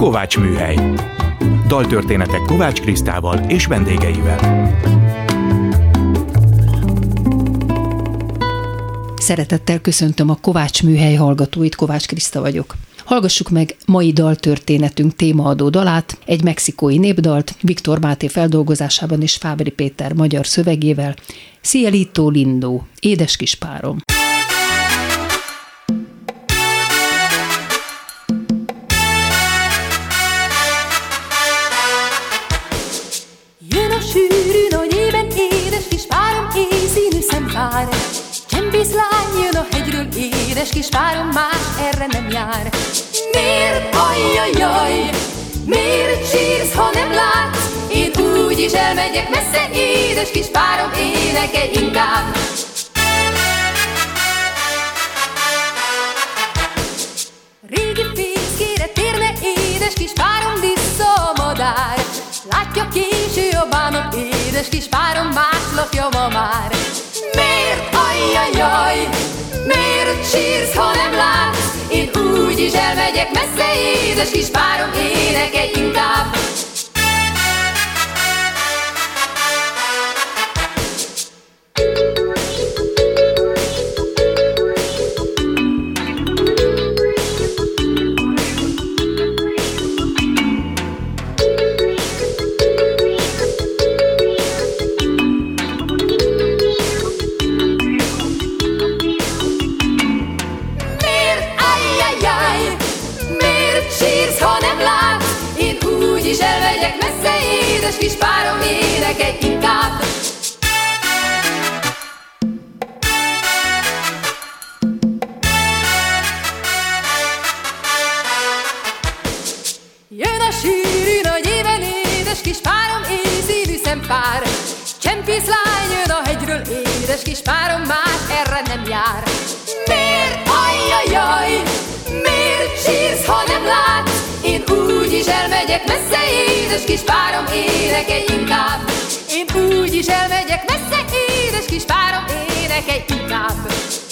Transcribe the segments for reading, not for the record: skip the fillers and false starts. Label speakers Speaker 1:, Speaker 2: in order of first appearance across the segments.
Speaker 1: Kovács Műhely. Daltörténetek Kovács Krisztával és vendégeivel.
Speaker 2: Szeretettel köszöntöm a Kovács Műhely hallgatóit, Kovács Kriszta vagyok. Hallgassuk meg mai daltörténetünk témaadó dalát, egy mexikói népdalt, Viktor Máté feldolgozásában és Fábry Péter magyar szövegével, Cielito Lindo, édes kis párom.
Speaker 3: Jön a sűrű nagy éven, édes kis párom, éjszínű szempár. Csempész lány jön a hegyről, édes kis párom, más erre nem jár. Miért, ajjajjaj, miért sírsz, ha nem látsz? Én úgyis elmegyek messze, édes kis párom, énekelj inkább. Régi fészkére térne, édes kis párom, vissza a madár. Látja késő a bánat, édes kis párom, más lakja ma már. Miért, ajjajjaj, miért sírsz, ha nem látsz? Én úgyis elmegyek messze, édes kis párom, énekelj inkább. Elmegyek messze, édes kis párom, énekelj inkább. Jön a sűrű nagy éven, édes kis párom, éjszínű szempár. Csempész lány jön a hegyről, édes kis párom, más erre nem jár. Miért, ajjajjaj, miért sírsz, ha nem látsz? Én úgyis elmegyek messze, édes kis párom, énekelj inkább. Én úgyis elmegyek messze, édes kis párom, énekelj inkább.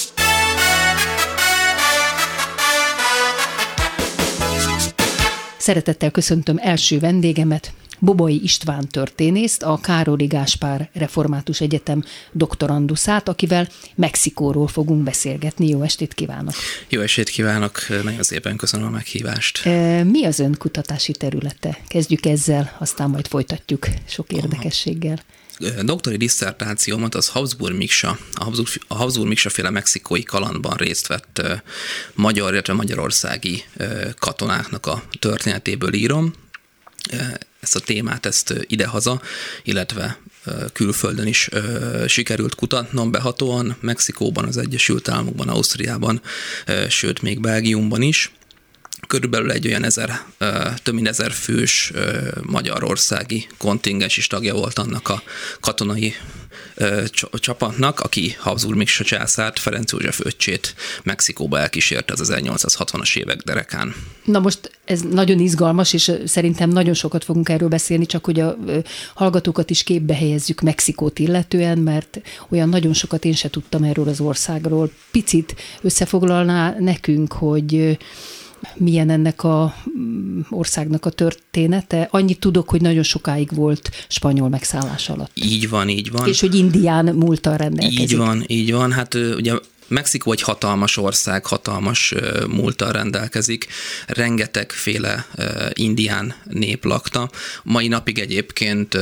Speaker 2: Szeretettel köszöntöm első vendégemet, Bobai István történészt, a Károly Gáspár Református Egyetem doktoranduszát, akivel Mexikóról fogunk beszélgetni. Jó estét kívánok! Jó
Speaker 4: estét kívánok! Nagyon szépen köszönöm a meghívást.
Speaker 2: Mi az ön kutatási területe? Kezdjük ezzel, aztán majd folytatjuk sok érdekességgel.
Speaker 4: Doktori disszertációmat az Habsburg Miksa féle mexikói kalandban részt vett magyar, illetve magyarországi katonáknak a történetéből írom. Ezt a témát, ezt idehaza, illetve külföldön is sikerült kutatnom behatóan, Mexikóban, az Egyesült Államokban, Ausztriában, sőt még Belgiumban is. Körülbelül egy olyan több mint 1000 fős magyarországi kontingens is tagja volt annak a katonai csapatnak, aki Habsburg Miksa császárt, Ferenc József öccsét Mexikóba elkísérte az 1860-as évek derekán.
Speaker 2: Na most ez nagyon izgalmas, és szerintem nagyon sokat fogunk erről beszélni, csak hogy a hallgatókat is képbe helyezzük Mexikót illetően, mert olyan nagyon sokat én se tudtam erről az országról. Picit összefoglalná nekünk, hogy milyen ennek az országnak a története? Annyit tudok, hogy nagyon sokáig volt spanyol megszállás alatt.
Speaker 4: Így van.
Speaker 2: És hogy Indián múlttal rendelkezik.
Speaker 4: Így van. Hát ugye Mexikó egy hatalmas ország, hatalmas múlttal rendelkezik, rengetegféle indián nép lakta. Mai napig egyébként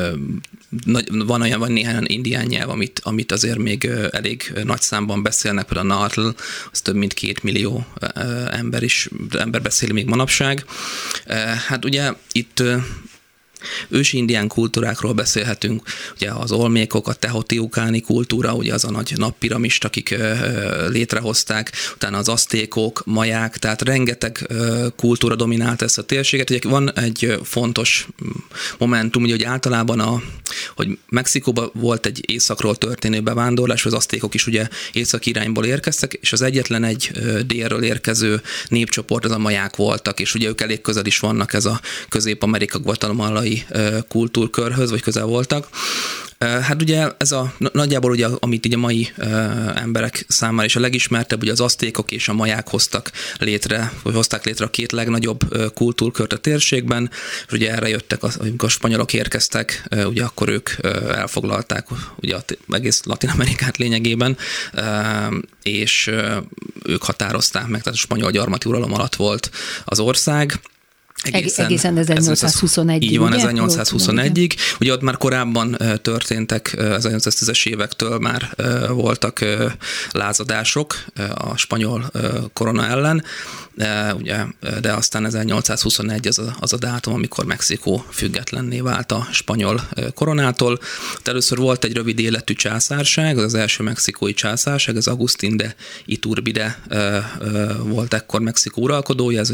Speaker 4: van néhány indián nyelv, amit azért még elég nagy számban beszélnek, például a Nahuatl, az több mint 2 millió ember beszél még manapság. Hát ugye itt ősi indián kultúrákról beszélhetünk, ugye az olmékok, a teotihuacáni kultúra, ugye az a nagy nappiramist, akik létrehozták, utána az aztékok, maják, tehát rengeteg kultúra dominálta ezt a térséget. Ugye van egy fontos momentum, ugye, hogy általában hogy Mexikóban volt egy északról történő bevándorlás, az aztékok is ugye északi irányból érkeztek, és az egyetlen egy délről érkező népcsoport, az a maják voltak, és ugye ők elég közel is vannak ez a Közép-Amerika guatemalai kultúrkörhöz, vagy közel voltak. Hát ugye ez nagyjából ugye, amit ugye a mai emberek számára is a legismertebb, ugye az aztékok és a maják hozták létre a két legnagyobb kultúrkört a térségben, és ugye erre jöttek, amikor a spanyolok érkeztek, ugye akkor ők elfoglalták ugye egész Latin-Amerikát lényegében, és ők határozták meg, tehát a spanyol gyarmati uralom alatt volt az ország.
Speaker 2: Egészen 1821-ig.
Speaker 4: Így van, 1821-ig. Ugye ott már korábban történtek, 1810-es évektől már voltak lázadások a spanyol korona ellen, de aztán 1821 az a dátum, amikor Mexikó függetlenné vált a spanyol koronától. Először volt egy rövid életű császárság, az első mexikói császárság, az Agustín de Iturbide volt ekkor Mexikó uralkodója, ez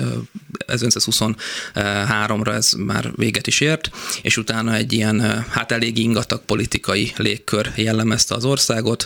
Speaker 4: 1923-ra ez már véget is ért, és utána egy ilyen elég ingatag politikai légkör jellemezte az országot,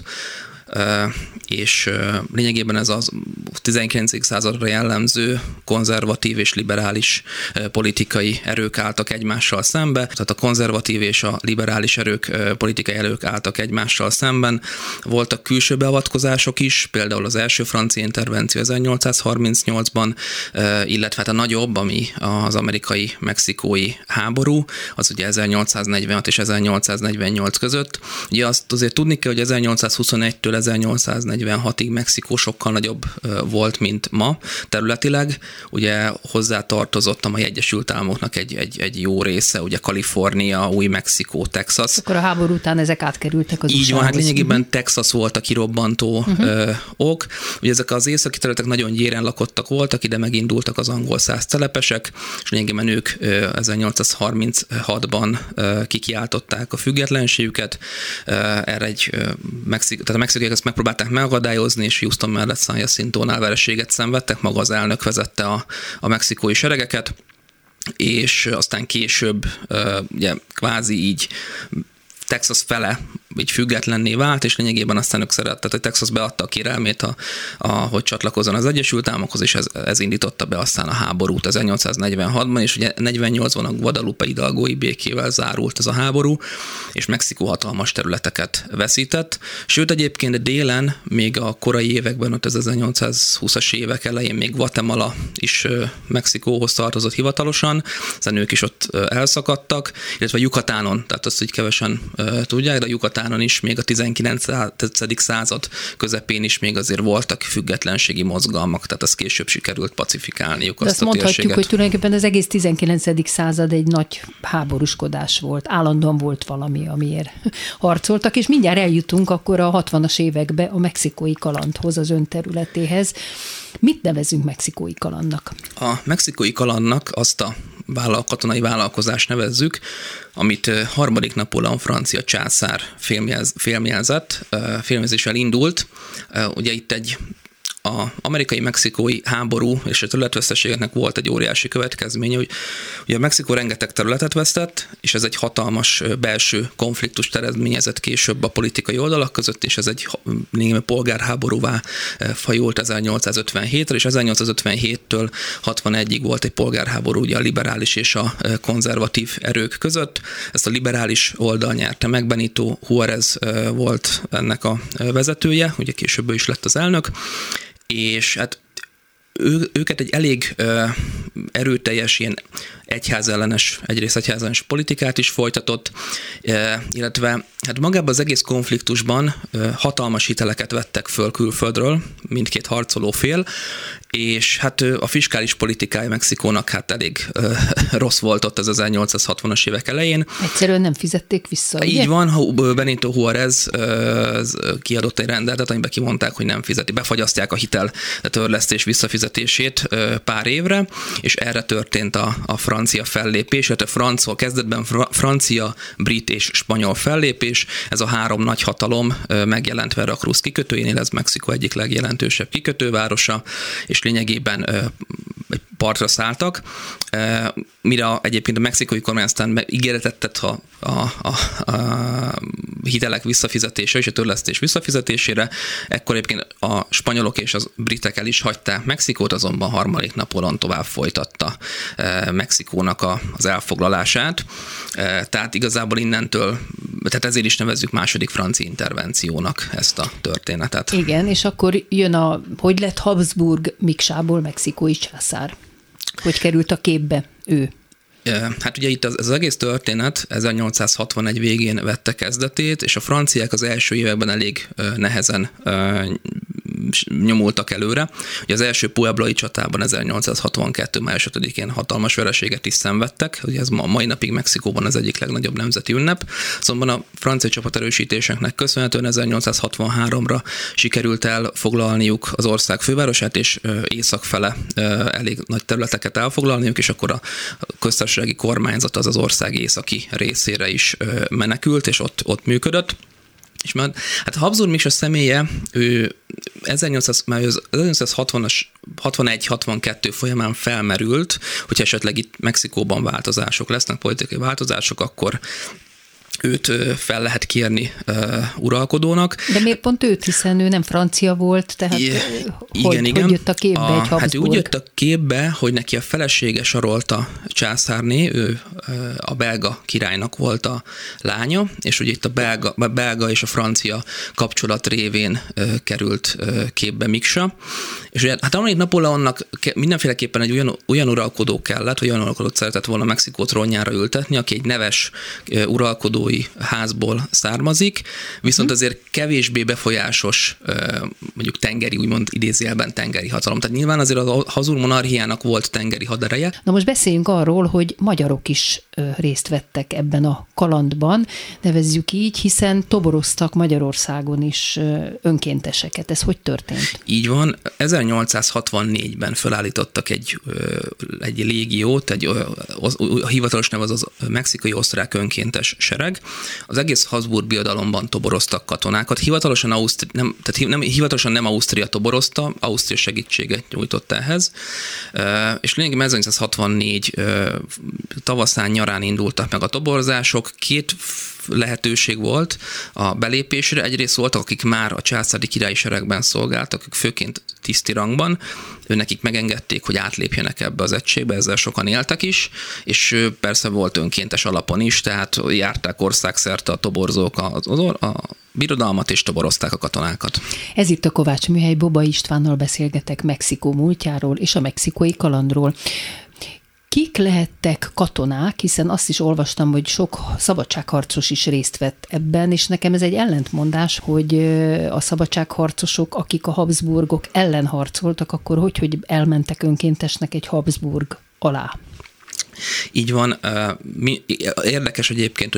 Speaker 4: és lényegében ez a 19. századra jellemző konzervatív és liberális politikai erők álltak egymással szembe, tehát a konzervatív és a liberális politikai erők álltak egymással szemben. Voltak külső beavatkozások is, például az első francia intervenció 1838-ban, illetve hát a nagyobb, ami az amerikai-mexikói háború, az ugye 1846 és 1848 között. Ugye azt azért tudni kell, hogy 1821-től 1846-ig Mexikó sokkal nagyobb volt, mint ma területileg. Ugye hozzá tartozott a mai Egyesült Államoknak egy jó része, ugye Kalifornia, Új-Mexikó, Texas.
Speaker 2: Akkor a háború után ezek átkerültek az
Speaker 4: Így van, hát lényegében Texas volt a kirobbantó ok. Ugye ezek az északi területek nagyon gyéren lakottak voltak, ide megindultak az angol száz telepesek, és lényegében ők 1836-ban kikiáltották a függetlenségüket. Erre tehát a mexikóiak ezt megpróbálták megakadályozni, és Houston mellett San Jacintónál vereséget szenvedtek, maga az elnök vezette a mexikói seregeket, és aztán később ugye kvázi így Texas fele így függetlenné vált, és lényegében aztán ők szerettek, hogy Texas beadta a kérelmét, hogy csatlakozzon az Egyesült Államokhoz, és ez indította be aztán a háborút 1846-ban, és ugye 48-ban a Guadalupe Hidalgói békével zárult ez a háború, és Mexikó hatalmas területeket veszített. Sőt, egyébként délen, még a korai években, ott az 1820-as évek elején még Guatemala is Mexikóhoz tartozott hivatalosan, aztán ők is ott elszakadtak, illetve Yucatánon, tehát azt így kevesen tudják, de a Yucatánon is még a 19. század közepén is még azért voltak függetlenségi mozgalmak, tehát az később sikerült pacifikálniuk azt a térséget.
Speaker 2: Mondhatjuk, hogy tulajdonképpen az egész 19. század egy nagy háborúskodás volt. Állandóan volt valami, amiért harcoltak, és mindjárt eljutunk akkor a 60-as évekbe a mexikói kalandhoz, az ön területéhez. Mit nevezünk mexikói kalandnak? A
Speaker 4: mexikói kalandnak azt a katonai vállalkozást nevezzük, amit harmadik Napóleon francia császár filmjelzéssel indult. Ugye itt az amerikai-mexikói háború és a területveszteségeknek volt egy óriási következménye, hogy ugye Mexikó rengeteg területet vesztett, és ez egy hatalmas belső konfliktust eredményezett később a politikai oldalak között, és ez egy polgárháborúvá fajult 1857-re, és 1857-től 61-ig volt egy polgárháború ugye a liberális és a konzervatív erők között. Ezt a liberális oldal nyerte meg, Benito Juárez volt ennek a vezetője, ugye később ő is lett az elnök, és hát őket egy elég erőteljes ilyen egyrészt egyházellenes politikát is folytatott, illetve hát magában az egész konfliktusban hatalmas hiteleket vettek föl külföldről, mindkét harcoló fél, és hát a fiskális politikája Mexikónak hát elég rossz volt ott az 1860-as évek elején.
Speaker 2: Egyszerűen nem fizették vissza, ugye?
Speaker 4: Így van, Benito Juárez kiadott egy rendeletet, amiben kimondták, hogy nem fizeti, befagyasztják a hitel törlesztés visszafizetését pár évre, és erre történt a francia fellépés, illetve kezdetben francia, brit és spanyol fellépés, ez a három nagy hatalom megjelent Veracruz kikötőjénél, ez Mexikó egyik legjelentősebb kikötővárosa, és lényegében egy partra szálltak, mire egyébként a mexikói kormány aztán ígéretet tett a hitelek visszafizetése és a törlesztés visszafizetésére, ekkor egyébként a spanyolok és az britek el is hagyták Mexikót, azonban harmadik napon tovább folytatta Mexikónak az elfoglalását. Tehát igazából innentől, tehát ezért is nevezzük második francia intervenciónak ezt a történetet.
Speaker 2: Igen, és akkor jön hogy lett Habsburg miksából mexikói császár? Hogy került a képbe ő?
Speaker 4: Hát ugye itt az egész történet 1861 végén vette kezdetét, és a franciák az első években elég nehezen nyomultak előre. Ugye az első pueblai csatában 1862. május 5-én hatalmas vereséget is szenvedtek, ugye ez a mai napig Mexikóban az egyik legnagyobb nemzeti ünnep, szóval a francia csapaterősítéseknek köszönhetően 1863-ra sikerült elfoglalniuk az ország fővárosát, és északfele elég nagy területeket elfoglalniuk, és akkor a köztársasági kormányzat az ország északi részére is menekült, és ott működött. És már, hát Habsburg Miksa személye, ő 1861-62 folyamán felmerült, hogyha esetleg itt Mexikóban változások lesznek, politikai változások, akkor őt fel lehet kérni uralkodónak.
Speaker 2: De miért pont őt, hiszen ő nem francia volt, tehát
Speaker 4: igen.
Speaker 2: Hogy jött a képbe egy Habsburg?
Speaker 4: Hát úgy jött a képbe, hogy neki a felesége Sarolta császárné, ő a belga királynak volt a lánya, és ugye itt a belga és a francia kapcsolat révén került képbe Miksa. És ugye, hát amelyik Napóleonnak mindenféleképpen egy olyan uralkodó kellett, vagy olyan uralkodót szeretett volna Mexikó trónjára ültetni, aki egy neves uralkodói házból származik, viszont azért kevésbé befolyásos, mondjuk tengeri, úgymond idézőjelben tengeri hatalom. Tehát nyilván azért a Habsburg monarchiának volt tengeri hadereje.
Speaker 2: Na most beszéljünk arról, hogy magyarok is részt vettek ebben a kalandban, nevezzük így, hiszen toboroztak Magyarországon is önkénteseket. Ez hogy történt?
Speaker 4: Így van. 1864-ben felállítottak egy légiót, a hivatalos neve az mexikai osztrák önkéntes sereg. Az egész Habsburg birodalomban toboroztak katonákat. Hivatalosan nem Ausztria toborozta, Ausztria segítséget nyújtott ehhez. És lényegében 1964 tavaszán, nyarán indultak meg a toborzások. Két lehetőség volt a belépésre. Egyrészt voltak, akik már a császári királyi seregben szolgáltak, akik főként tiszti rangban, nekik megengedték, hogy átlépjenek ebbe az egységbe, ezzel sokan éltek is, és persze volt önkéntes alapon is, tehát járták országszerte a toborzók a birodalmat, és toborozták a katonákat. Ez
Speaker 2: itt a Kovács Műhely, Boba Istvánnal beszélgetek Mexikó múltjáról és a mexikói kalandról. Kik lehettek katonák, hiszen azt is olvastam, hogy sok szabadságharcos is részt vett ebben, és nekem ez egy ellentmondás, hogy a szabadságharcosok, akik a Habsburgok ellen harcoltak, akkor hogy elmentek önkéntesnek egy Habsburg alá?
Speaker 4: Így van. Érdekes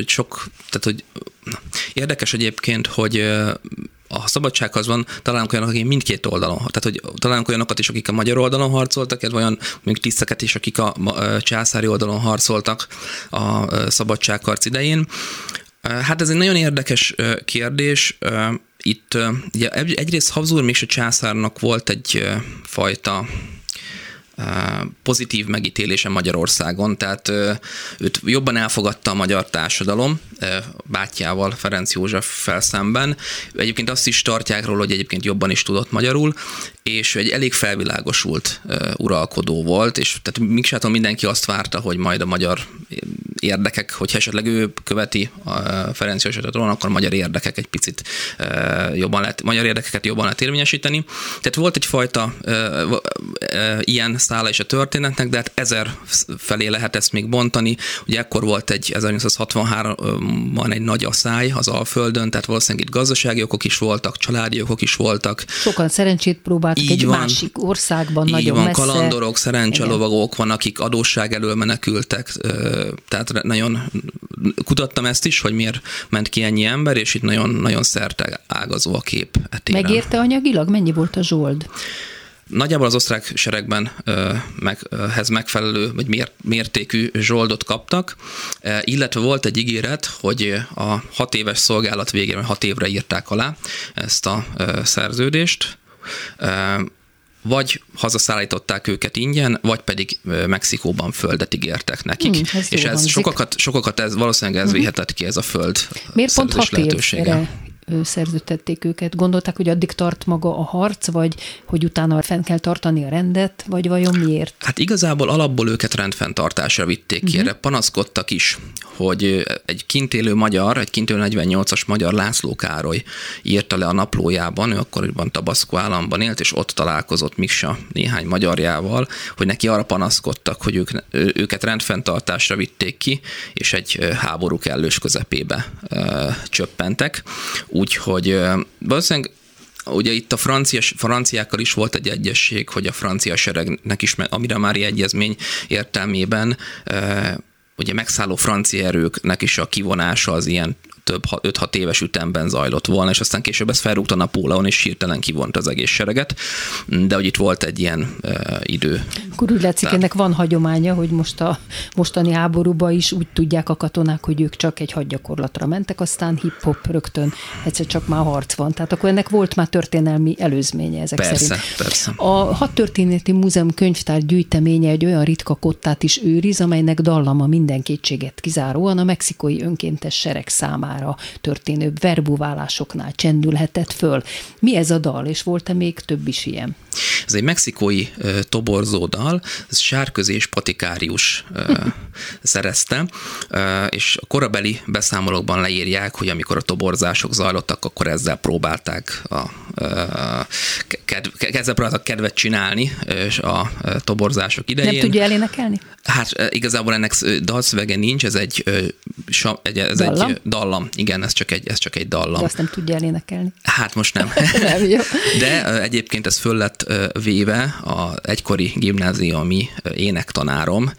Speaker 4: egyébként, hogy a szabadságharcban találunk olyanok, akik mindkét oldalon, tehát hogy találunk olyanokat is, akik a magyar oldalon harcoltak, illetve olyan mondjuk tiszteket is, akik a császári oldalon harcoltak a szabadságharc idején. Hát ez egy nagyon érdekes kérdés. Itt ugye egyrészt Habsburg Miksa császárnak volt egy fajta pozitív megítélése Magyarországon, tehát őt jobban elfogadta a magyar társadalom bátyjával, Ferenc Józseffel szemben. Egyébként azt is tartják róla, hogy egyébként jobban is tudott magyarul, és egy elég felvilágosult uralkodó volt, és tehát Miksától mindenki azt várta, hogy majd a magyar érdekek, hogyha esetleg ő követi a Ferenc Józsefet, akkor magyar érdekek egy picit magyar érdekeket jobban lehet érvényesíteni. Tehát volt egyfajta ilyen szála is a történetnek, de hát 1000 felé lehet ezt még bontani. Ugye ekkor volt 1863-ban egy nagy asszály az Alföldön, tehát valószínűleg itt gazdasági okok is voltak, családi okok is voltak.
Speaker 2: Sokan szerencsét próbáltak így egy van, másik országban, így nagyon van, messze.
Speaker 4: Kalandorok, szerencselovagok van, akik adósság elől menekültek, tehát nagyon kutattam ezt is, hogy miért ment ki ennyi ember, és itt nagyon, nagyon szerte ágazó a kép etéren.
Speaker 2: Megérte anyagilag? Mennyi volt a zsold?
Speaker 4: Nagyjából az osztrák seregben megfelelő, vagy mértékű zsoldot kaptak, illetve volt egy ígéret, hogy a 6 éves szolgálat végén, 6 évre írták alá ezt a szerződést. vagy hazaszállították őket ingyen, vagy pedig Mexikóban földet ígértek nekik. És ez sokakat ez valószínűleg ez vihetett ki, ez a föld.
Speaker 2: Miért pont 6 évre szerződtették őket? Gondolták, hogy addig tart maga a harc, vagy hogy utána fenn kell tartani a rendet, vagy vajon miért?
Speaker 4: Hát igazából alapból őket rendfenntartásra vitték ki, erre panaszkodtak is, hogy egy kint élő 48-as magyar László Károly írta le a naplójában, ő akkoriban Tabasco államban élt, és ott találkozott Miksa néhány magyarjával, hogy neki arra panaszkodtak, hogy őket rendfenntartásra vitték ki, és egy háború kellős közepébe csöppentek. Úgyhogy valószínűleg ugye itt a franciákkal is volt egy egyesség, hogy a francia seregnek is, a Miramári Egyezmény értelmében ugye megszálló francia erőknek is a kivonása az ilyen több 5-6 éves ütemben zajlott volna, és aztán később ezt felrúgta Napóleon, és hirtelen kivont az egész sereget, de hogy itt volt egy ilyen idő.
Speaker 2: Akkor úgy látszik, ennek van hagyománya, hogy most a mostani háborúban is úgy tudják a katonák, hogy ők csak egy hadgyakorlatra mentek, aztán hip-hop rögtön egyszer csak már harc van. Tehát akkor ennek volt már történelmi előzménye ezek szerint.
Speaker 4: Persze.
Speaker 2: A Hadtörténeti Múzeum könyvtár gyűjteménye egy olyan ritka kottát is őriz, amelynek dallama minden kétséget kizáróan a mexikói önkéntes sereg számára történő verbuválásoknál csendülhetett föl. Mi ez a dal, és volt-e még több is ilyen?
Speaker 4: Ez egy mexikói toborzó dal, ez Sárközi és Patikárius szerezte, és a korabeli beszámolókban leírják, hogy amikor a toborzások zajlottak, akkor ezzel próbálták kedvet csinálni a toborzások idején.
Speaker 2: Nem tudja elénekelni?
Speaker 4: Hát igazából ennek dalszövege nincs, ez egy dallam. Igen, ez csak egy dallam.
Speaker 2: De azt nem tudja elénekelni.
Speaker 4: Hát most nem.
Speaker 2: Nem, jó.
Speaker 4: De egyébként ez föl lett véve az egykori gimnáziumi énektanárom,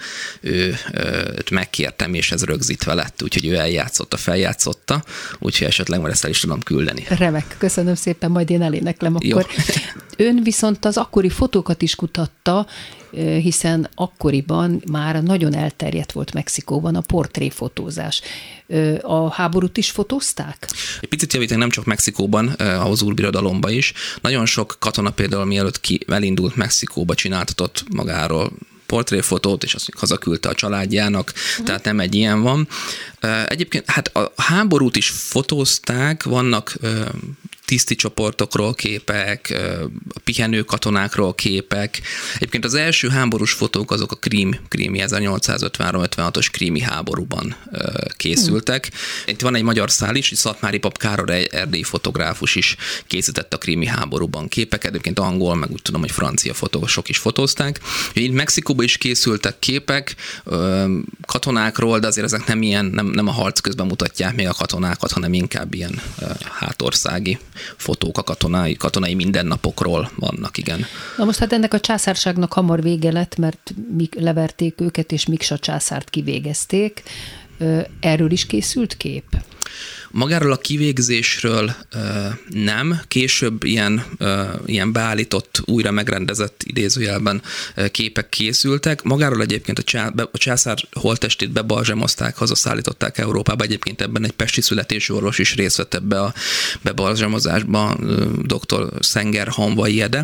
Speaker 4: őt megkértem, és ez rögzítve lett, úgyhogy ő feljátszotta, úgyhogy esetleg majd ezt el is tudom küldeni.
Speaker 2: Remek, köszönöm szépen, majd én eléneklem akkor. Jó. Ön viszont az akkori fotókat is kutatta, hiszen akkoriban már nagyon elterjedt volt Mexikóban a portréfotózás. A háborút is fotózták?
Speaker 4: Egy picit javítani nem csak Mexikóban, a Hozur birodalomban is. Nagyon sok katona például mielőtt elindult Mexikóba csináltatott magáról portréfotót, és azt hazaküldte a családjának, tehát nem egy ilyen van. Egyébként hát a háborút is fotózták, vannak tiszti csoportokról képek, a pihenő katonákról képek. Egyébként az első háborús fotók azok a krími 1853-56-os krími háborúban készültek. Itt van egy magyar szál is, Szatmári Pap Károly erdélyi fotográfus is készített a krími háborúban képeket, egyébként angol, meg úgy tudom, hogy francia fotósok is fotózták. Itt Mexikóban is készültek képek katonákról, de azért ezek nem a harc közben mutatják még a katonákat, hanem inkább ilyen hátországi fotók a katonai mindennapokról vannak, igen.
Speaker 2: Na most hát ennek a császárságnak hamar vége lett, mert leverték őket, és Miksa császárt kivégezték. Erről is készült kép?
Speaker 4: Magáról a kivégzésről nem, később ilyen beállított, újra megrendezett idézőjelben képek készültek. Magáról egyébként a császár holttestét bebalzsamozták, hazaszállították Európába, egyébként ebben egy pesti születésű orvos is részt vett ebbe a bebalzsamozásba, dr. Szenger Hanvai Ede,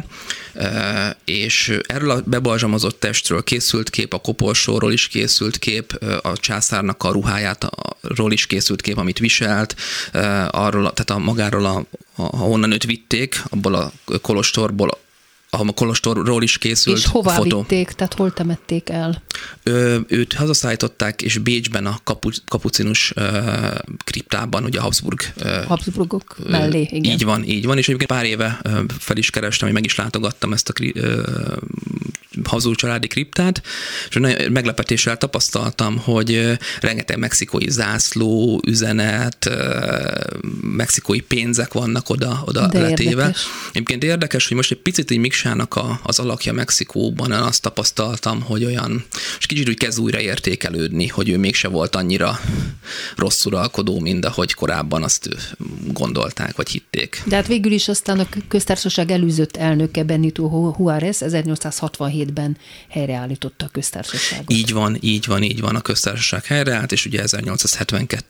Speaker 4: és erről a bebalzsamozott testről készült kép, a koporsóról is készült kép, a császárnak a ruhájáról is készült kép, amit viselt, arról, tehát magáról, ahonnan őt vitték, abból a kolostorból, ahol a kolostorról is készült
Speaker 2: és hová
Speaker 4: fotó.
Speaker 2: vitték, tehát hol temették el?
Speaker 4: Őt hazaszállították, és Bécsben a kapucinus kriptában, ugye a
Speaker 2: Habsburgok mellé, igen.
Speaker 4: Így van, és egyébként pár éve fel is kerestem, hogy meg is látogattam ezt a Habsburg családi kriptát, és nagyon meglepetéssel tapasztaltam, hogy rengeteg mexikói zászló, üzenet, mexikói pénzek vannak oda letéve. Egyébként érdekes, hogy most egy picit így Miksának az alakja Mexikóban, azt tapasztaltam, hogy olyan, és kicsit úgy kezd újra értékelődni, hogy ő mégse volt annyira rossz uralkodó, mint ahogy korábban azt gondolták, vagy hitték.
Speaker 2: De hát végül is aztán a köztársaság előzött elnöke Benito Juárez 1867-ben helyreállította a köztársaságot.
Speaker 4: Így van, a köztársaság helyreállt, és ugye 1872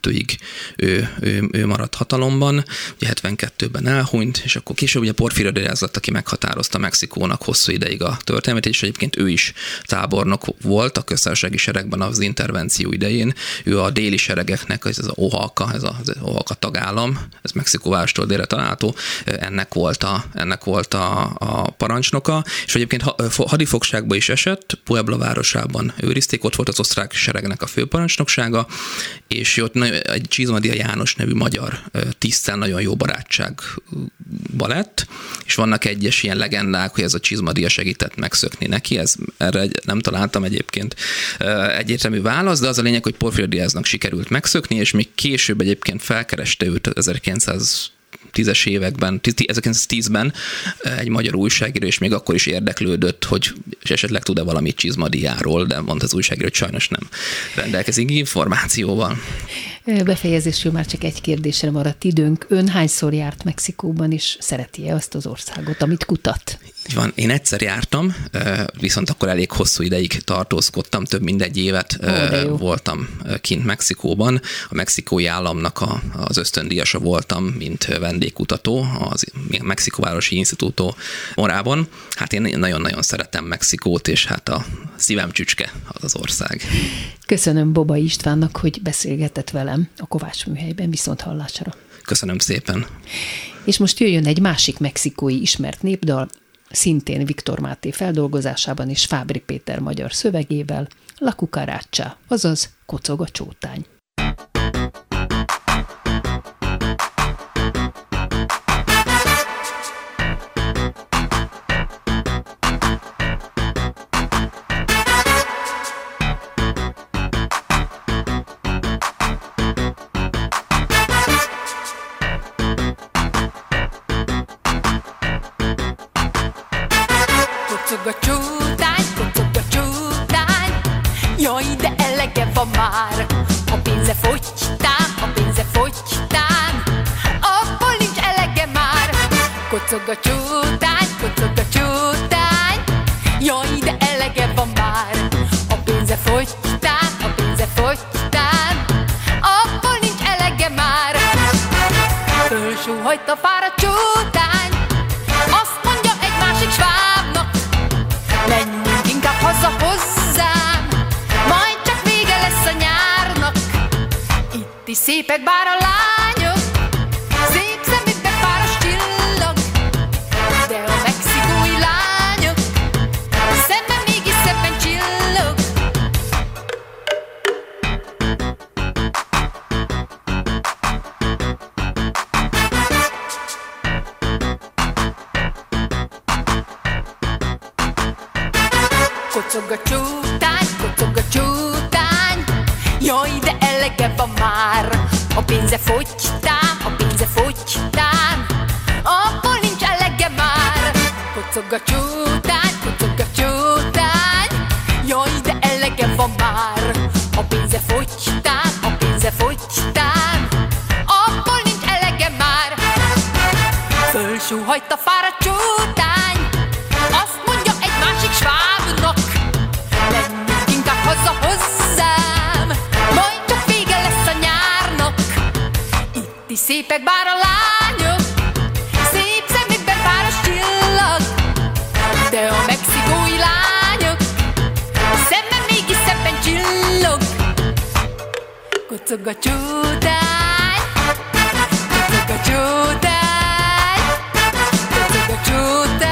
Speaker 4: 72-ig ő maradt hatalomban, ugye 72-ben elhunyt, és akkor később ugye Porfirio Díaz lett, aki meghatározta Mexikónak hosszú ideig a történelmét, és egyébként ő is tábornok volt a köztársasági seregben az intervenció idején. Ő a déli seregeknek, ez az Oaxaca, ez az Oaxaca tagállam, ez Mexikó várostól délre található, ennek volt a parancsnoka, és egyébként hadifogságba is esett, Puebla városában őrizték, ott volt az osztrák seregnek a főparancsnoksága, és ott egy Csizmadia János nevű magyar tiszttel nagyon jó barátságba lett, és vannak egyes ilyen legendák, hogy ez a Csizmadia segített megszökni neki, erre nem találtam egyébként egyértelmű válasz, de az a lényeg, hogy Porfirio Díaznak sikerült megszökni, és még később egyébként felkereste őt 1910-es években, 1910-ben egy magyar újságíró, és még akkor is érdeklődött, hogy esetleg tud-e valamit Csizmadiáról, de mondta az újságíró, hogy sajnos nem rendelkezik információval.
Speaker 2: Befejezésül már csak egy kérdésre maradt időnk. Ön hányszor járt Mexikóban, és szereti-e azt az országot, amit kutat?
Speaker 4: Így van, én egyszer jártam, viszont akkor elég hosszú ideig tartózkodtam, több mint egy évet voltam kint Mexikóban. A mexikói államnak az ösztöndíjasa voltam, mint vendégkutató az Mexikóvárosi Instituto Morában. Hát én nagyon-nagyon szeretem Mexikót, és hát a szívem csücske az ország.
Speaker 2: Köszönöm Bobai Istvánnak, hogy beszélgetett velem a Kovács Műhelyben, viszont hallásra.
Speaker 4: Köszönöm szépen.
Speaker 2: És most jöjjön egy másik mexikói ismert népdal, szintén Viktor Máté feldolgozásában és Fábri Péter magyar szövegével, La Cucaracha, azaz Kocog a csótány.
Speaker 3: Kocog a csótány, jaj, de elege van már. A pénze fogytán, abból nincs elege már. Kocog a csótány, jaj, de elege van már. A pénze fogytán, abból nincs elege már. Fölsóhajt a fára csótány, azt mondja egy másik svábnak, menjünk inkább haza hozzám, majd csak vége lesz a nyárnak. Itt is szépek bár a lányok, szép szemükben páros csillag, de a mexikói lányok szemben mégis szebben csillog. Kocog a csótány, jaj, de elege van már. A pénze fogytán, abból nincs elege már. Kocog a csótány, jaj, de elege van már. A pénze fogytán, abból nincs elege már. Fölsóhajt a fára csótány, azt mondja egy másik svábnak, menjünk inkább haza hozzám, majd csak vége lesz a nyárnak. Itt is szépek bár a lányok, szép szemükben páros csillag, de a mexikói lányok szemben mégis szebben csillog. Kocog a csótány, kocog a csótány, kocog a csótány.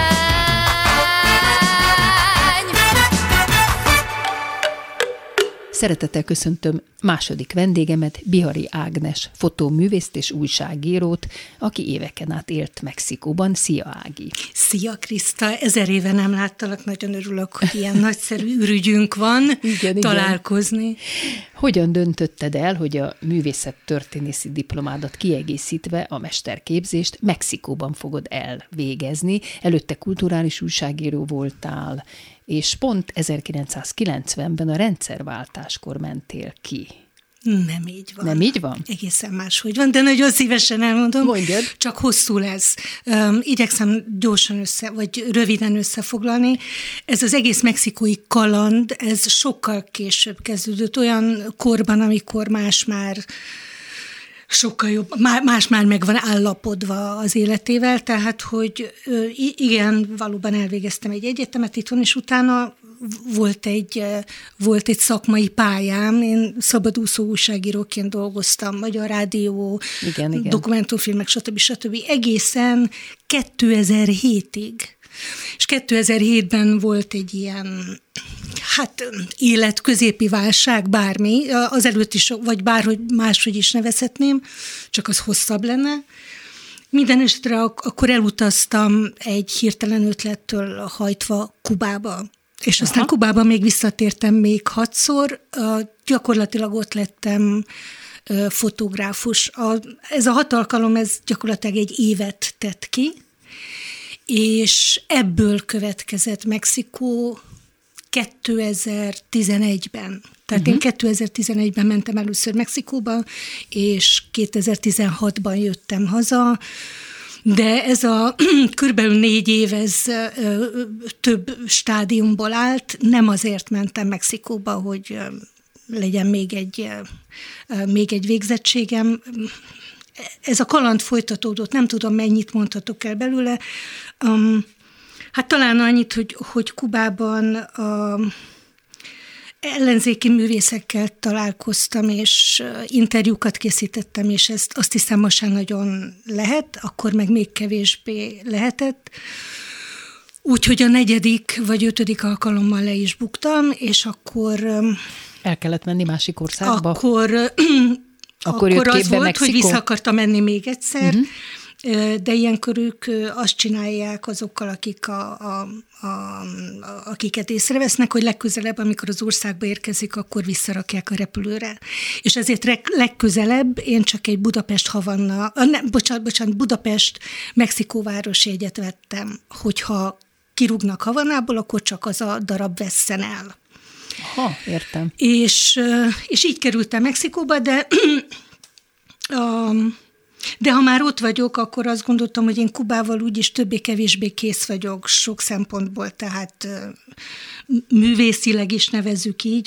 Speaker 2: Szeretettel köszöntöm második vendégemet, Bihari Ágnes, fotóművészt és újságírót, aki éveken át élt Mexikóban. Szia, Ági!
Speaker 5: Szia, Kriszta! 1000 éve nem láttalak, nagyon örülök, hogy ilyen nagyszerű ürügyünk van találkozni. Igen.
Speaker 2: Hogyan döntötted el, hogy a művészettörténészi diplomádat kiegészítve a mesterképzést Mexikóban fogod elvégezni? Előtte kulturális újságíró voltál, és pont 1990-ben a rendszerváltáskor mentél ki.
Speaker 5: Nem így van.
Speaker 2: Nem így van?
Speaker 5: Egészen máshogy van, de nagyon szívesen elmondom.
Speaker 2: Mondjad.
Speaker 5: Csak hosszú lesz. Igyekszem gyorsan vagy röviden összefoglalni. Ez az egész mexikói kaland, ez sokkal később kezdődött, olyan korban, amikor más már sokkal jobb, más már meg van állapodva az életével, tehát, hogy igen, valóban elvégeztem egy egyetemet itthon, és utána volt egy szakmai pályám, én szabadúszó újságíróként dolgoztam, Magyar Rádió, igen. Dokumentumfilmek, stb. Egészen 2007-ig. És 2007-ben volt egy ilyen, életközépi válság, bármi, azelőtt is, vagy bárhogy máshogy is nevezhetném, csak az hosszabb lenne. Minden esetre akkor elutaztam egy hirtelen ötlettől hajtva Kubába. És aztán Kubában még visszatértem még 6-szor, gyakorlatilag ott lettem fotográfus. Ez a 6 alkalom, ez gyakorlatilag egy évet tett ki, és ebből következett Mexikó 2011-ben. Tehát én 2011-ben mentem először Mexikóba, és 2016-ban jöttem haza, de ez a körülbelül 4 év, ez több stádiumból állt. Nem azért mentem Mexikóba, hogy legyen még egy végzettségem. Ez a kaland folytatódott, nem tudom, mennyit mondhatok el belőle. Talán annyit, hogy Kubában ellenzéki művészekkel találkoztam, és interjúkat készítettem, és ezt azt hiszem most sem nagyon lehet, akkor meg még kevésbé lehetett. Úgyhogy a 4. vagy 5. alkalommal le is buktam, és akkor...
Speaker 2: El kellett menni másik országba?
Speaker 5: Akkor az volt, Mexikó? Hogy vissza akartam menni még egyszer, de ilyenkor ők azt csinálják azokkal, akiket észrevesznek, hogy legközelebb, amikor az országba érkezik, akkor visszarakják a repülőre. És ezért legközelebb én csak egy Budapest-Mexikóváros jegyet vettem, hogyha kirúgnak Havanából, akkor csak az a darab vesszen el.
Speaker 2: Értem.
Speaker 5: És így kerültem Mexikóba, de ha már ott vagyok, akkor azt gondoltam, hogy én Kubával úgyis többé-kevésbé kész vagyok sok szempontból, tehát művészileg is nevezzük így,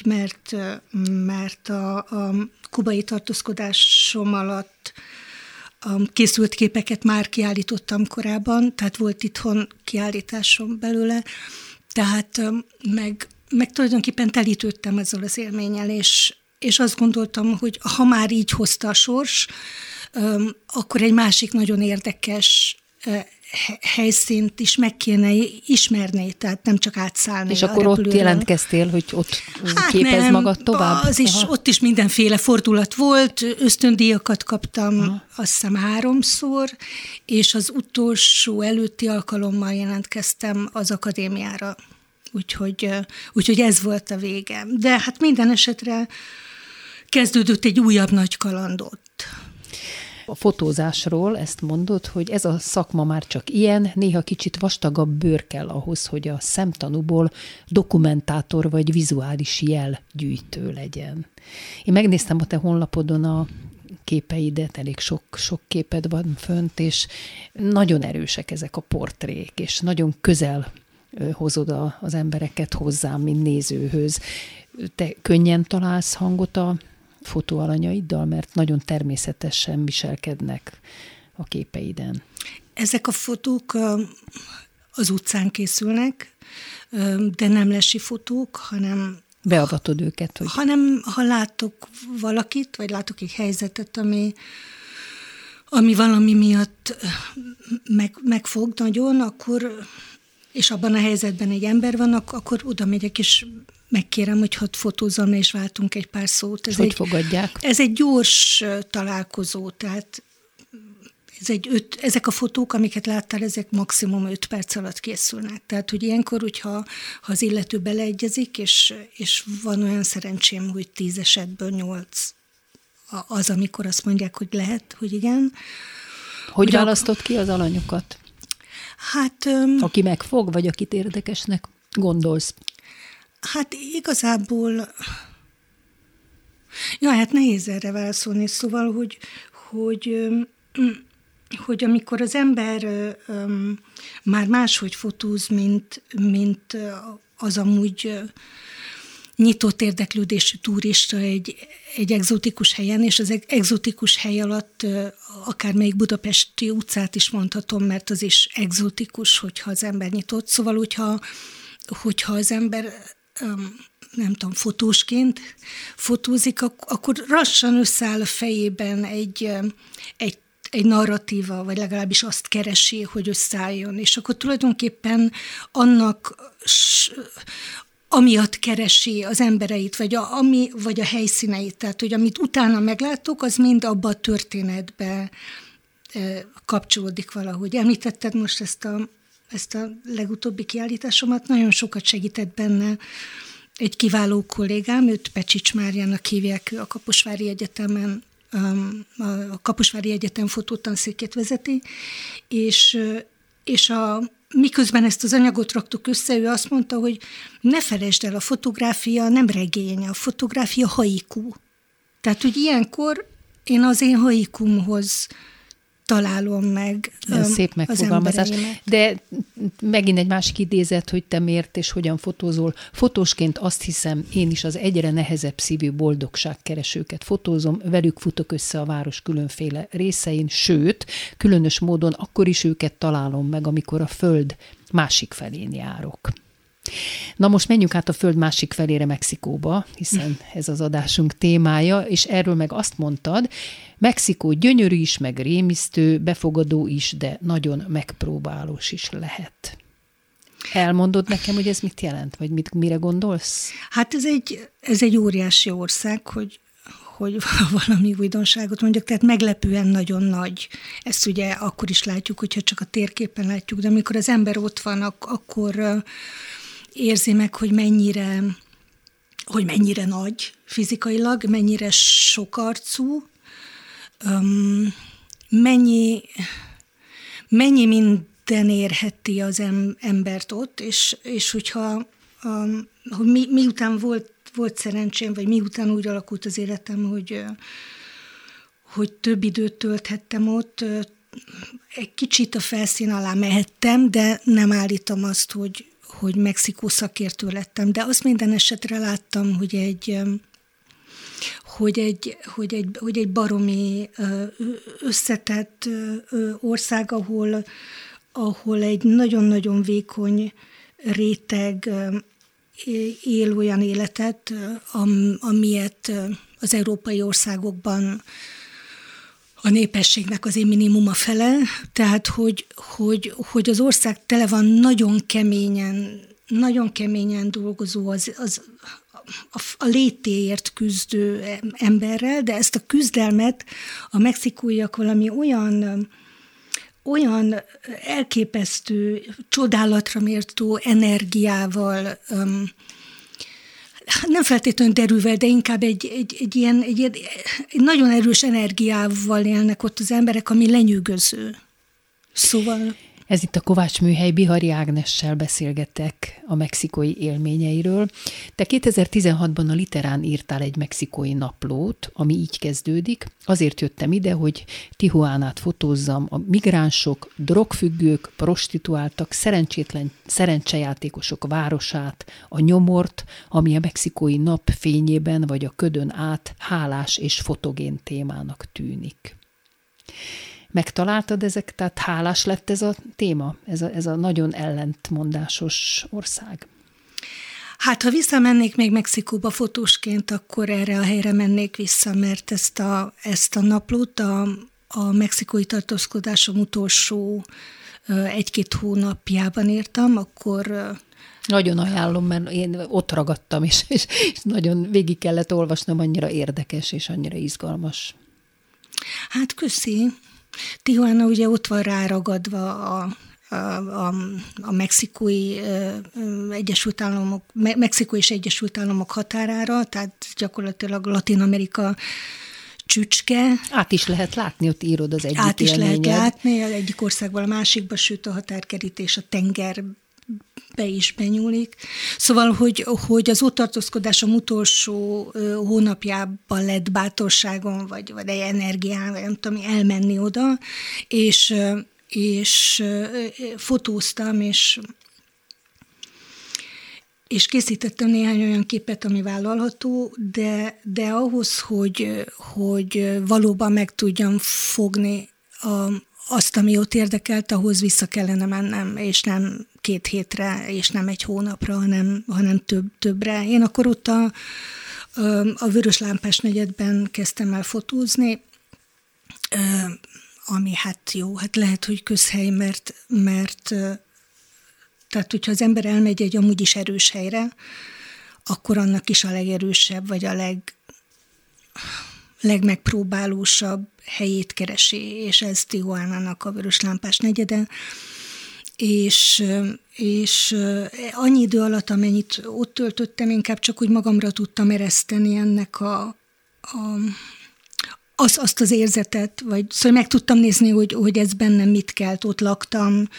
Speaker 5: mert a kubai tartózkodásom alatt készült képeket már kiállítottam korábban, tehát volt itthon kiállításom belőle, tehát meg tulajdonképpen telítődtem ezzel az élménnyel, és azt gondoltam, hogy ha már így hozta a sors, akkor egy másik nagyon érdekes helyszínt is meg kéne ismerni, tehát nem csak átszállni.
Speaker 2: És akkor ott jelentkeztél, hogy ott képezd magad tovább?
Speaker 5: Ott is mindenféle fordulat volt, ösztöndíjakat kaptam, azt hiszem 3-szor, és az utolsó előtti alkalommal jelentkeztem az akadémiára. Úgyhogy ez volt a végem. De hát minden esetre kezdődött egy újabb nagy kalandot.
Speaker 2: A fotózásról ezt mondod, hogy ez a szakma már csak ilyen, néha kicsit vastagabb bőr kell ahhoz, hogy a szemtanúból dokumentátor vagy vizuális jelgyűjtő legyen. Én megnéztem a te honlapodon a képeidet, elég sok képed van fönt, és nagyon erősek ezek a portrék, és nagyon közel hozod az embereket hozzám, mint nézőhöz. Te könnyen találsz hangot a fotóalanyaiddal, mert nagyon természetesen viselkednek a képeiden.
Speaker 5: Ezek a fotók az utcán készülnek, de nem lesi fotók, hanem...
Speaker 2: Beavatod őket, hogy...
Speaker 5: Hanem ha látok valakit, vagy látok egy helyzetet, ami valami miatt megfog nagyon, akkor, és abban a helyzetben egy ember van, akkor oda megyek, és megkérem, hogy hadd fotózzam, és váltunk egy pár szót.
Speaker 2: Hogy fogadják?
Speaker 5: Ez egy gyors találkozó, tehát ezek a fotók, amiket láttál, ezek maximum 5 perc alatt készülnek. Tehát, hogy ilyenkor, hogyha az illető beleegyezik, és van olyan szerencsém, hogy 10 esetből 8 az, amikor azt mondják, hogy lehet, hogy igen.
Speaker 2: Hogy választott ki az alanyokat?
Speaker 5: Hát...
Speaker 2: Aki megfog, vagy akit érdekesnek gondolsz?
Speaker 5: Hát igazából... hát nehéz erre válaszolni, szóval, hogy amikor az ember már máshogy fotóz, mint az amúgy nyitott érdeklődésű turista egy egzotikus helyen, és az egzotikus hely alatt akármelyik budapesti utcát is mondhatom, mert az is egzotikus, hogyha az ember nyitott. Szóval, hogyha az ember, nem tudom, fotósként fotózik, akkor lassan összeáll a fejében egy narratíva, vagy legalábbis azt keresi, hogy összeálljon. És akkor tulajdonképpen annak amiatt keresi az embereit, vagy a helyszíneit. Tehát, hogy amit utána meglátok, az mind abba a történetbe kapcsolódik valahogy. Említetted most ezt a legutóbbi kiállításomat, nagyon sokat segített benne egy kiváló kollégám, őt Pecsics Máriának hívják, a Kaposvári Egyetemen, a Kaposvári Egyetem fotótanszékét vezeti, és miközben ezt az anyagot raktuk össze, ő azt mondta, hogy ne felejtsd el, a fotográfia nem regény, a fotográfia haiku. Tehát, hogy ilyenkor én az én haikumhoz találom meg
Speaker 2: szép megfogalmazás. De megint egy másik idézet, hogy te miért és hogyan fotózol. Fotósként azt hiszem, én is az egyre nehezebb szívű boldogságkeresőket fotózom, velük futok össze a város különféle részein, sőt, különös módon akkor is őket találom meg, amikor a föld másik felén járok. Na most menjünk át a föld másik felére, Mexikóba, hiszen ez az adásunk témája, és erről meg azt mondtad, Mexikó gyönyörű is, meg rémisztő, befogadó is, de nagyon megpróbálós is lehet. Elmondod nekem, hogy ez mit jelent, vagy mire gondolsz?
Speaker 5: Hát ez egy óriási ország, hogy valami újdonságot mondjak, tehát meglepően nagyon nagy. Ezt ugye akkor is látjuk, hogyha csak a térképen látjuk, de amikor az ember ott van, akkor érzi meg, hogy mennyire nagy fizikailag, mennyire sokarcú, mennyi minden érheti az embert ott, és hogyha miután volt szerencsém, vagy miután úgy alakult az életem, hogy több időt tölthettem ott, egy kicsit a felszín alá mehettem, de nem állítom azt, hogy Mexikó szakértő lettem, de azt minden esetre láttam, hogy egy baromi összetett ország, ahol egy nagyon-nagyon vékony réteg él olyan életet, amilyet az európai országokban a népességnek az én minimuma fele, tehát hogy az ország tele van nagyon keményen dolgozó, a létéért küzdő emberrel, de ezt a küzdelmet a mexikóiak valami olyan elképesztő, csodálatra méltó energiával, nem feltétlenül derűvel, de inkább egy nagyon erős energiával élnek ott az emberek, ami lenyűgöző. Szóval...
Speaker 2: Ez itt a Kovács Műhely, Bihari Ágnessel beszélgetek a mexikói élményeiről. Te 2016-ban a Literán írtál egy mexikói naplót, ami így kezdődik. Azért jöttem ide, hogy Tijuánát fotózzam, a migránsok, drogfüggők, prostituáltak, szerencsejátékosok városát, a nyomort, ami a mexikói nap fényében vagy a ködön át hálás és fotogén témának tűnik. Megtaláltad ezek, tehát hálás lett ez a téma, ez a nagyon ellentmondásos ország?
Speaker 5: Hát, ha visszamennék még Mexikóba fotósként, akkor erre a helyre mennék vissza, mert ezt a naplót a mexikói tartózkodásom utolsó 1-2 hónapjában írtam, akkor...
Speaker 2: Nagyon ajánlom, mert én ott ragadtam, és nagyon végig kellett olvasnom, annyira érdekes és annyira izgalmas.
Speaker 5: Hát köszi. Tijuana ugye ott van ráragadva a mexikói Egyesült Államok, Mexikó és Egyesült Államok határára, tehát gyakorlatilag Latin-Amerika csücske.
Speaker 2: Át is lehet látni, ott írod az egyik
Speaker 5: Át is
Speaker 2: élményed.
Speaker 5: lehet látni, az egyik országból a másikba, sőt a határkerítés a tengerbe is benyúlik. Szóval, hogy az ott tartózkodásom utolsó hónapjában lett bátorságom, vagy energiám, vagy nem tudom, elmenni oda, és fotóztam, és készítettem néhány olyan képet, ami vállalható, de ahhoz, hogy valóban meg tudjam fogni azt, ami ott érdekelt, ahhoz vissza kellene mennem, és nem 2 hétre, és nem 1 hónapra, hanem többre. Én akkor ott a Vörös Lámpás negyedben kezdtem el fotózni, ami hát jó, hát lehet, hogy közhely, mert tehát, hogyha az ember elmegy egy amúgy is erős helyre, akkor annak is a legerősebb, vagy a legmegpróbálósabb helyét keresi, és ez Tijuánának a Vörös Lámpás negyede. És annyi idő alatt, amennyit ott töltöttem, inkább csak úgy magamra tudtam ereszteni ennek azt az érzetet, szóval meg tudtam nézni, hogy ez bennem mit kelt. Ott laktam,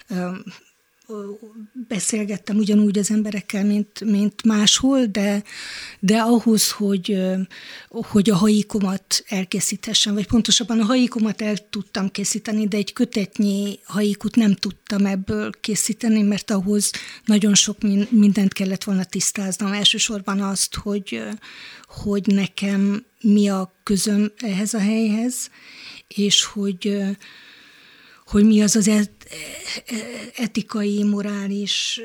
Speaker 5: beszélgettem ugyanúgy az emberekkel, mint máshol, de ahhoz, hogy a haikumat elkészíthessem, vagy pontosabban a haikumat el tudtam készíteni, de egy kötetnyi haikut nem tudtam ebből készíteni, mert ahhoz nagyon sok mindent kellett volna tisztáznom. Elsősorban azt, hogy nekem mi a közöm ehhez a helyhez, és hogy mi az az etikai, morális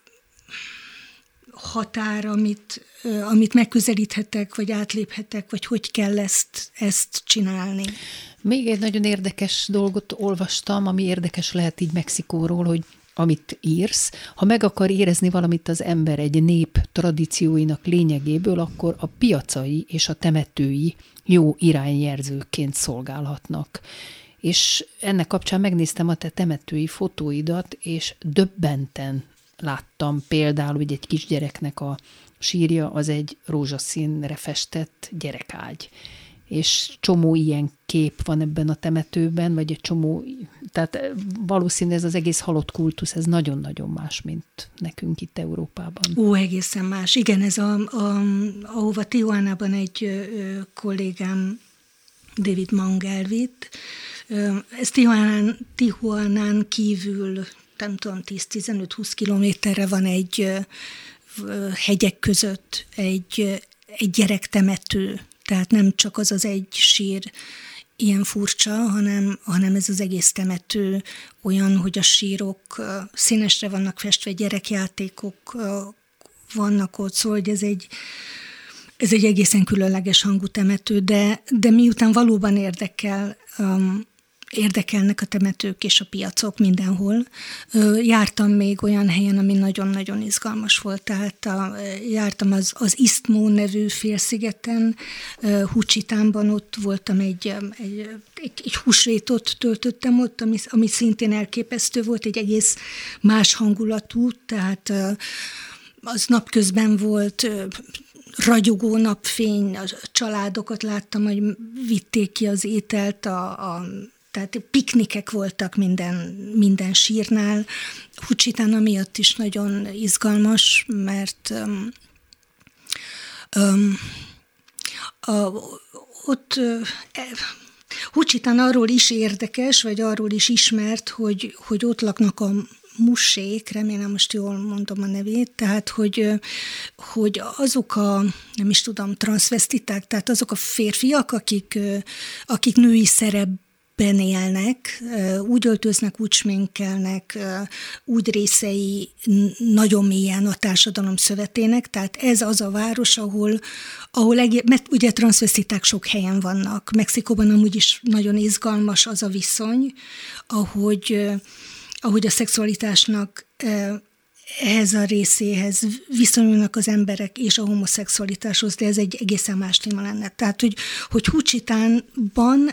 Speaker 5: határ, amit megközelíthetek, vagy átléphetek, vagy hogy kell ezt csinálni.
Speaker 2: Még egy nagyon érdekes dolgot olvastam, ami érdekes lehet így Mexikóról, hogy amit írsz, ha meg akar érezni valamit az ember egy nép tradícióinak lényegéből, akkor a piacai és a temetői jó irányjelzőként szolgálhatnak. És ennek kapcsán megnéztem a te temetői fotóidat, és döbbenten láttam például, hogy egy kisgyereknek a sírja az egy rózsaszínre festett gyerekágy. És csomó ilyen kép van ebben a temetőben, vagy egy csomó, tehát valószínű ez az egész halott kultusz, ez nagyon-nagyon más, mint nekünk itt Európában.
Speaker 5: Egészen más. Igen, ez ahova Tijuánában egy kollégám David Mang elvitt, ez Tijuánán kívül, nem tudom, 10-15-20 kilométerre van egy hegyek között egy gyerektemető. Tehát nem csak az egy sír ilyen furcsa, hanem ez az egész temető olyan, hogy a sírok színesre vannak festve, gyerekjátékok vannak ott, szóval hogy ez egy egészen különleges hangú temető, de miután valóban érdekelnek a temetők és a piacok mindenhol. Jártam még olyan helyen, ami nagyon-nagyon izgalmas volt, tehát jártam az Istmo nevű félszigeten, Juchitánban, ott voltam egy húsvétot töltöttem ott, ami szintén elképesztő volt, egy egész más hangulatú, tehát az napközben volt, ragyogó napfény, a családokat láttam, hogy vitték ki az ételt, tehát piknikek voltak minden sírnál. Juchitán amiatt is nagyon izgalmas, mert ott Juchitán arról is érdekes, vagy arról is ismert, hogy ott laknak a musék, remélem most jól mondom a nevét, tehát hogy azok nem is tudom, transzvesztiták, tehát azok a férfiak, akik női szerepben élnek, úgy öltöznek, úgy sminkelnek, úgy részei nagyon mélyen a társadalom szövetének, tehát ez az a város, ahol mert ugye transzvesztiták sok helyen vannak. Mexikóban amúgy is nagyon izgalmas az a viszony, ahogy a szexualitásnak ehhez a részéhez viszonyulnak az emberek és a homoszexualitáshoz, de ez egy egészen más téma lenne. Tehát, hogy Juchitánban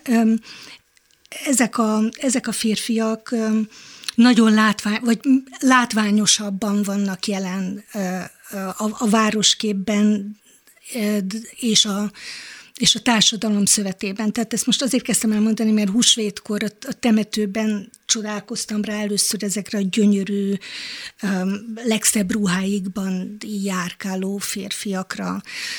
Speaker 5: ezek a férfiak nagyon látványosabban vannak jelen a városképben és a társadalom szövetében. Tehát ezt most azért kezdtem elmondani, mert húsvétkor a temetőben csodálkoztam rá először ezekre a gyönyörű, legszebb ruháikban járkáló férfiakra,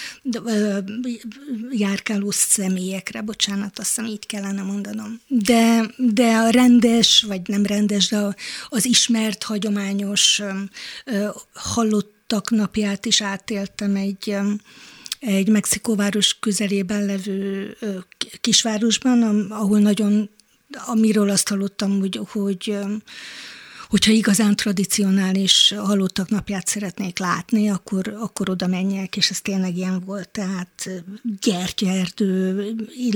Speaker 5: járkáló személyekre, bocsánat, azt hiszem így kellene mondanom. De a rendes, vagy nem rendes, de az ismert, hagyományos, hallottak halottak napját is átéltem egy Mexikóváros közelében levő kisvárosban, ahol nagyon, amiről azt hallottam, hogyha igazán tradicionális halottak napját szeretnék látni, akkor oda menjek, és ez tényleg ilyen volt. Tehát gyertyaerdő,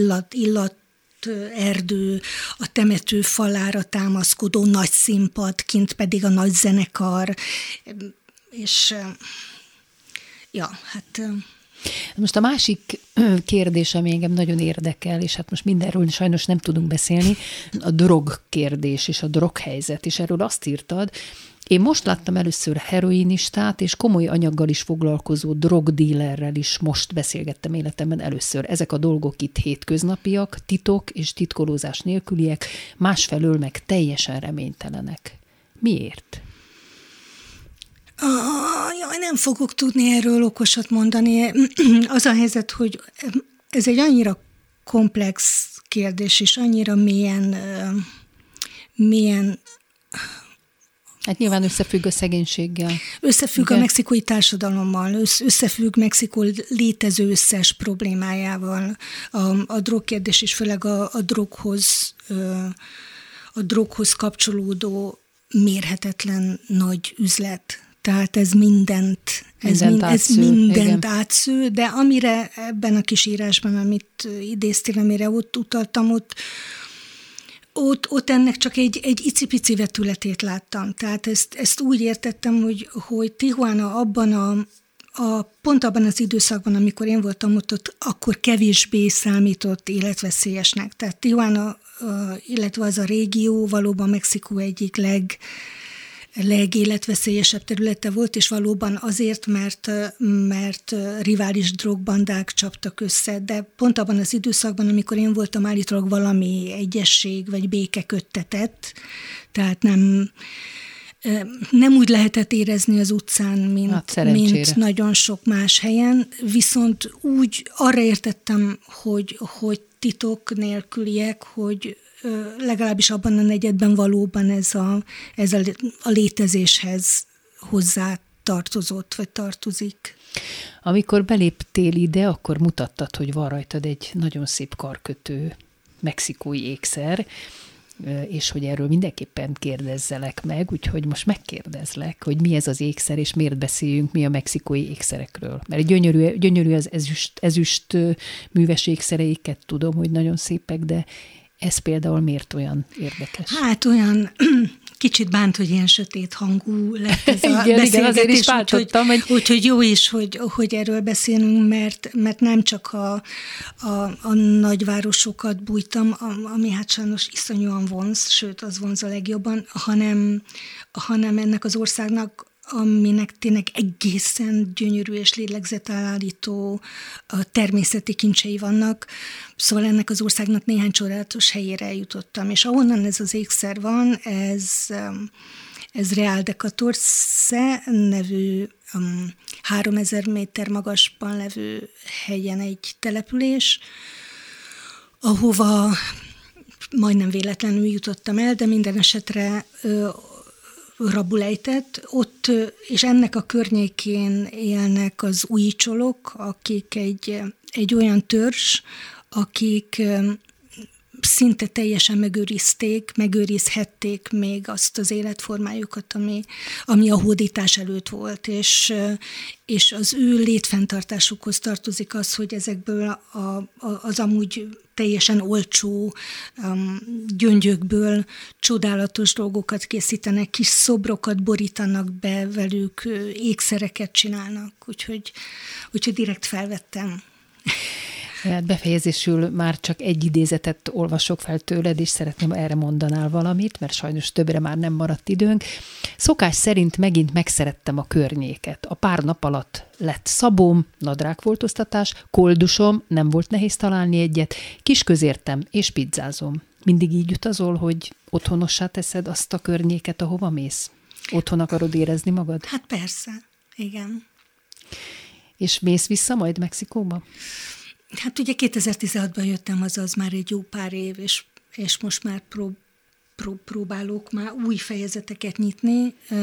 Speaker 5: illaterdő, a temető falára támaszkodó nagy színpad, kint pedig a nagy zenekar, és hát...
Speaker 2: Most a másik kérdés, ami engem nagyon érdekel, és hát most mindenről sajnos nem tudunk beszélni, a drog kérdés és a droghelyzet, és erről azt írtad, én most láttam először heroinistát, és komoly anyaggal is foglalkozó drogdílerrel is most beszélgettem életemben először. Ezek a dolgok itt hétköznapiak, titok és titkolózás nélküliek, másfelől meg teljesen reménytelenek. Miért?
Speaker 5: Nem fogok tudni erről okosat mondani. Az a helyzet, hogy ez egy annyira komplex kérdés, és annyira mélyen
Speaker 2: Hát nyilván összefügg a szegénységgel.
Speaker 5: Összefügg a mexikói társadalommal, összefügg Mexikó létező összes problémájával. A drogkérdés is főleg a droghoz kapcsolódó mérhetetlen nagy üzlet. Tehát ez mindent átsző, de amire ebben a kis írásban, amit idéztél, amire ott utaltam, ott ennek csak egy icipici vetületét láttam. Tehát ezt úgy értettem, hogy Tijuana pont abban az időszakban, amikor én voltam ott akkor kevésbé számított életveszélyesnek. Tehát Tijuana, illetve az a régió valóban Mexikó egyik legéletveszélyesebb területe volt, és valóban azért, mert rivális drogbandák csaptak össze, de pont abban az időszakban, amikor én voltam, állítólag valami egyesség vagy béke köttetett, tehát nem úgy lehetett érezni az utcán, mint nagyon sok más helyen, viszont úgy arra értettem, hogy titok nélküliek, hogy legalábbis abban a negyedben valóban ez a létezéshez hozzá tartozott, vagy tartozik.
Speaker 2: Amikor beléptél ide, akkor mutattad, hogy van rajtad egy nagyon szép karkötő mexikói ékszer, és hogy erről mindenképpen kérdezzelek meg, úgyhogy most megkérdezlek, hogy mi ez az ékszer, és miért beszéljünk mi a mexikói ékszerekről. Mert gyönyörű az ezüst műves ékszereiket, tudom, hogy nagyon szépek, de ez például miért olyan érdekes?
Speaker 5: Hát olyan kicsit bánt, hogy ilyen sötét hangú lett ez a beszélgetés.
Speaker 2: Igen, azért is váltottam.
Speaker 5: Úgyhogy jó is, hogy erről beszélünk, mert nem csak a nagyvárosokat bújtam, ami hát sajnos iszonyúan vonz, sőt, az vonz a legjobban, hanem ennek az országnak, aminek tényleg egészen gyönyörű és lélegzetelállító természeti kincsei vannak. Szóval ennek az országnak néhány csodálatos helyére eljutottam, és ahonnan ez az ékszer van, ez Real de Catorce nevű 3000 méter magasban levő hegyen egy település, ahova majdnem véletlenül jutottam el, de minden esetre rabul ejtett. Ott, és ennek a környékén élnek az újicsolok, akik egy olyan törzs, akik szinte teljesen megőrizhették még azt az életformájukat, ami a hódítás előtt volt, és az ő létfenntartásukhoz tartozik az, hogy ezekből az amúgy teljesen olcsó gyöngyökből csodálatos dolgokat készítenek, kis szobrokat borítanak be velük, ékszereket csinálnak, úgyhogy direkt felvettem.
Speaker 2: Hát befejezésül már csak egy idézetet olvasok fel tőled, és szeretném, erre mondanál valamit, mert sajnos többre már nem maradt időnk. Szokás szerint megint megszerettem a környéket. A pár nap alatt lett szabóm, nadrágfoltoztatás, koldusom, nem volt nehéz találni egyet, kisközértem és pizzázom. Mindig így utazol, hogy otthonossá teszed azt a környéket, ahova mész? Otthon akarod érezni magad?
Speaker 5: Hát persze, igen.
Speaker 2: És mész vissza majd Mexikóba?
Speaker 5: Hát ugye 2016-ban jöttem haza, az már egy jó pár év, és most már próbálok már új fejezeteket nyitni.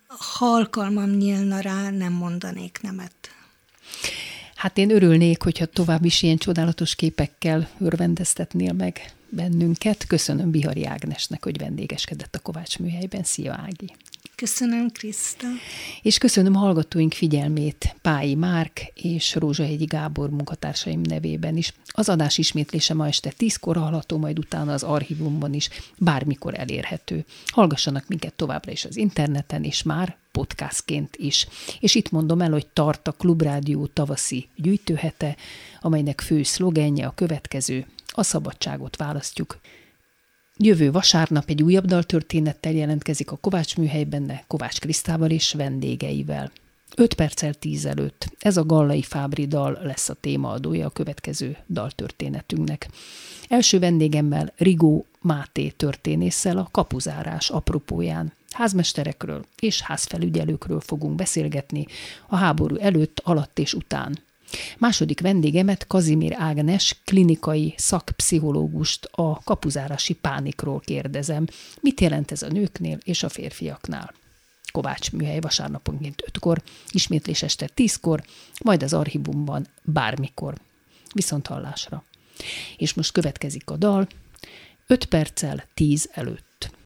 Speaker 5: ha alkalmam nyílna rá, nem mondanék nemet.
Speaker 2: Hát én örülnék, hogyha tovább is ilyen csodálatos képekkel örvendeztetnél meg bennünket. Köszönöm Bihari Ágnesnek, hogy vendégeskedett a Kovács Műhelyben. Szia, Ági!
Speaker 5: Köszönöm, Kriszta!
Speaker 2: És köszönöm hallgatóink figyelmét Pályi Márk és Rózsahegyi Gábor munkatársaim nevében is. Az adás ismétlése ma este 10-kor hallható, majd utána az archívumban is bármikor elérhető. Hallgassanak minket továbbra is az interneten, és már podcastként is. És itt mondom el, hogy tart a Klubrádió tavaszi gyűjtőhete, amelynek fő szlogenje a következő: a szabadságot választjuk. Jövő vasárnap egy újabb daltörténettel jelentkezik a Kovács Műhelyben, Kovács Krisztával és vendégeivel. 5 perccel 10 előtt ez a Gallai Fábri dal lesz a témaadója a következő daltörténetünknek. Első vendégemmel Rigó Máté történésszel a kapuzárás apropóján házmesterekről és házfelügyelőkről fogunk beszélgetni a háború előtt, alatt és után. Második vendégemet, Kazimír Ágnes klinikai szakpszichológust a kapuzárási pánikról kérdezem. Mit jelent ez a nőknél és a férfiaknál? Kovács Műhely vasárnaponként 5-kor, ismétlés este 10-kor, majd az archívumban bármikor. Viszonthallásra. És most következik a dal, 5 perccel 10 előtt.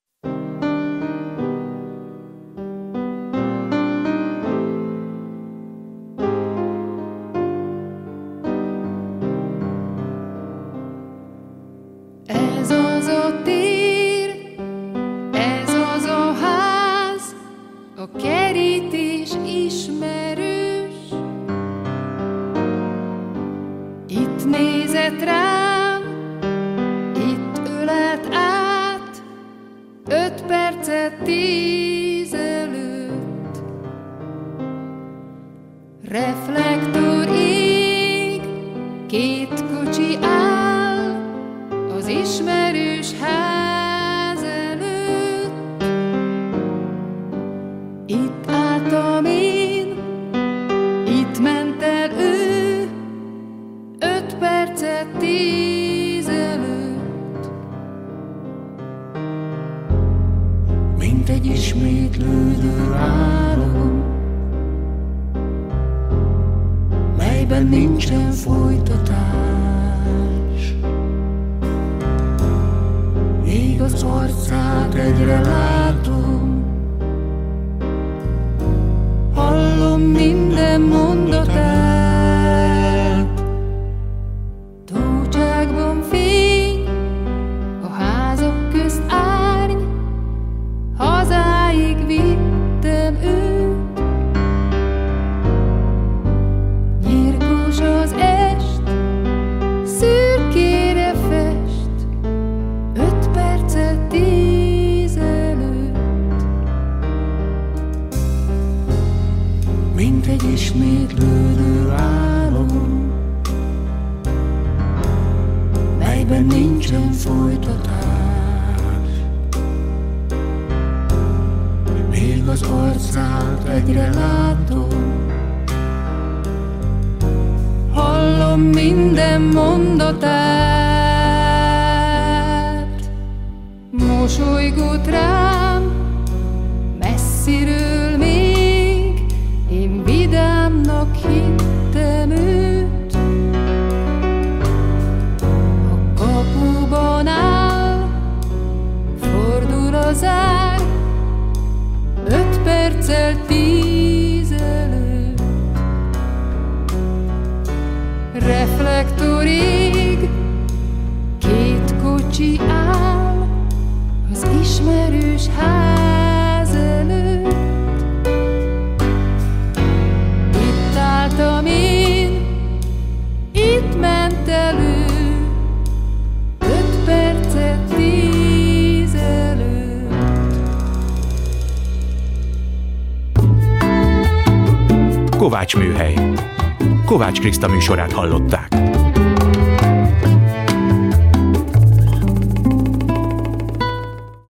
Speaker 3: Ez az a tér, ez az a ház, a kerítés ismerős. Itt nézett rám, itt ölelt át, 5 percet 10 előtt. Reflektor ég, 2 kocsi áll az ismerős ház előtt. Itt álltam én, itt ment el ő, 5 percet 10 előtt. Mint egy ismétlődő álom, melyben nincsen folytatás. Ég az arcát egyre látom, hallom minden mondatát. Tócságban fény, a házak közt árny, hazáig vittem őt. Nyírkos az est, szürkére fest, 5 percet 10 előtt. Mint egy ismétlődő álom, melyben nincsen folytatás. Még az arcát egyre látom, hallom minden mondatát. Mosolygott rám messziről még, én vidámnak hittem őt. A kapuban áll, fordul az ár, 5 perccel 10 előtt. Reflektor ég, 2 kocsi áll az ismerős ház előtt. Itt álltam én, itt ment elő, 5 percet 10 előtt.
Speaker 1: Kovács Műhely. Kovács Kriszta műsorát hallották.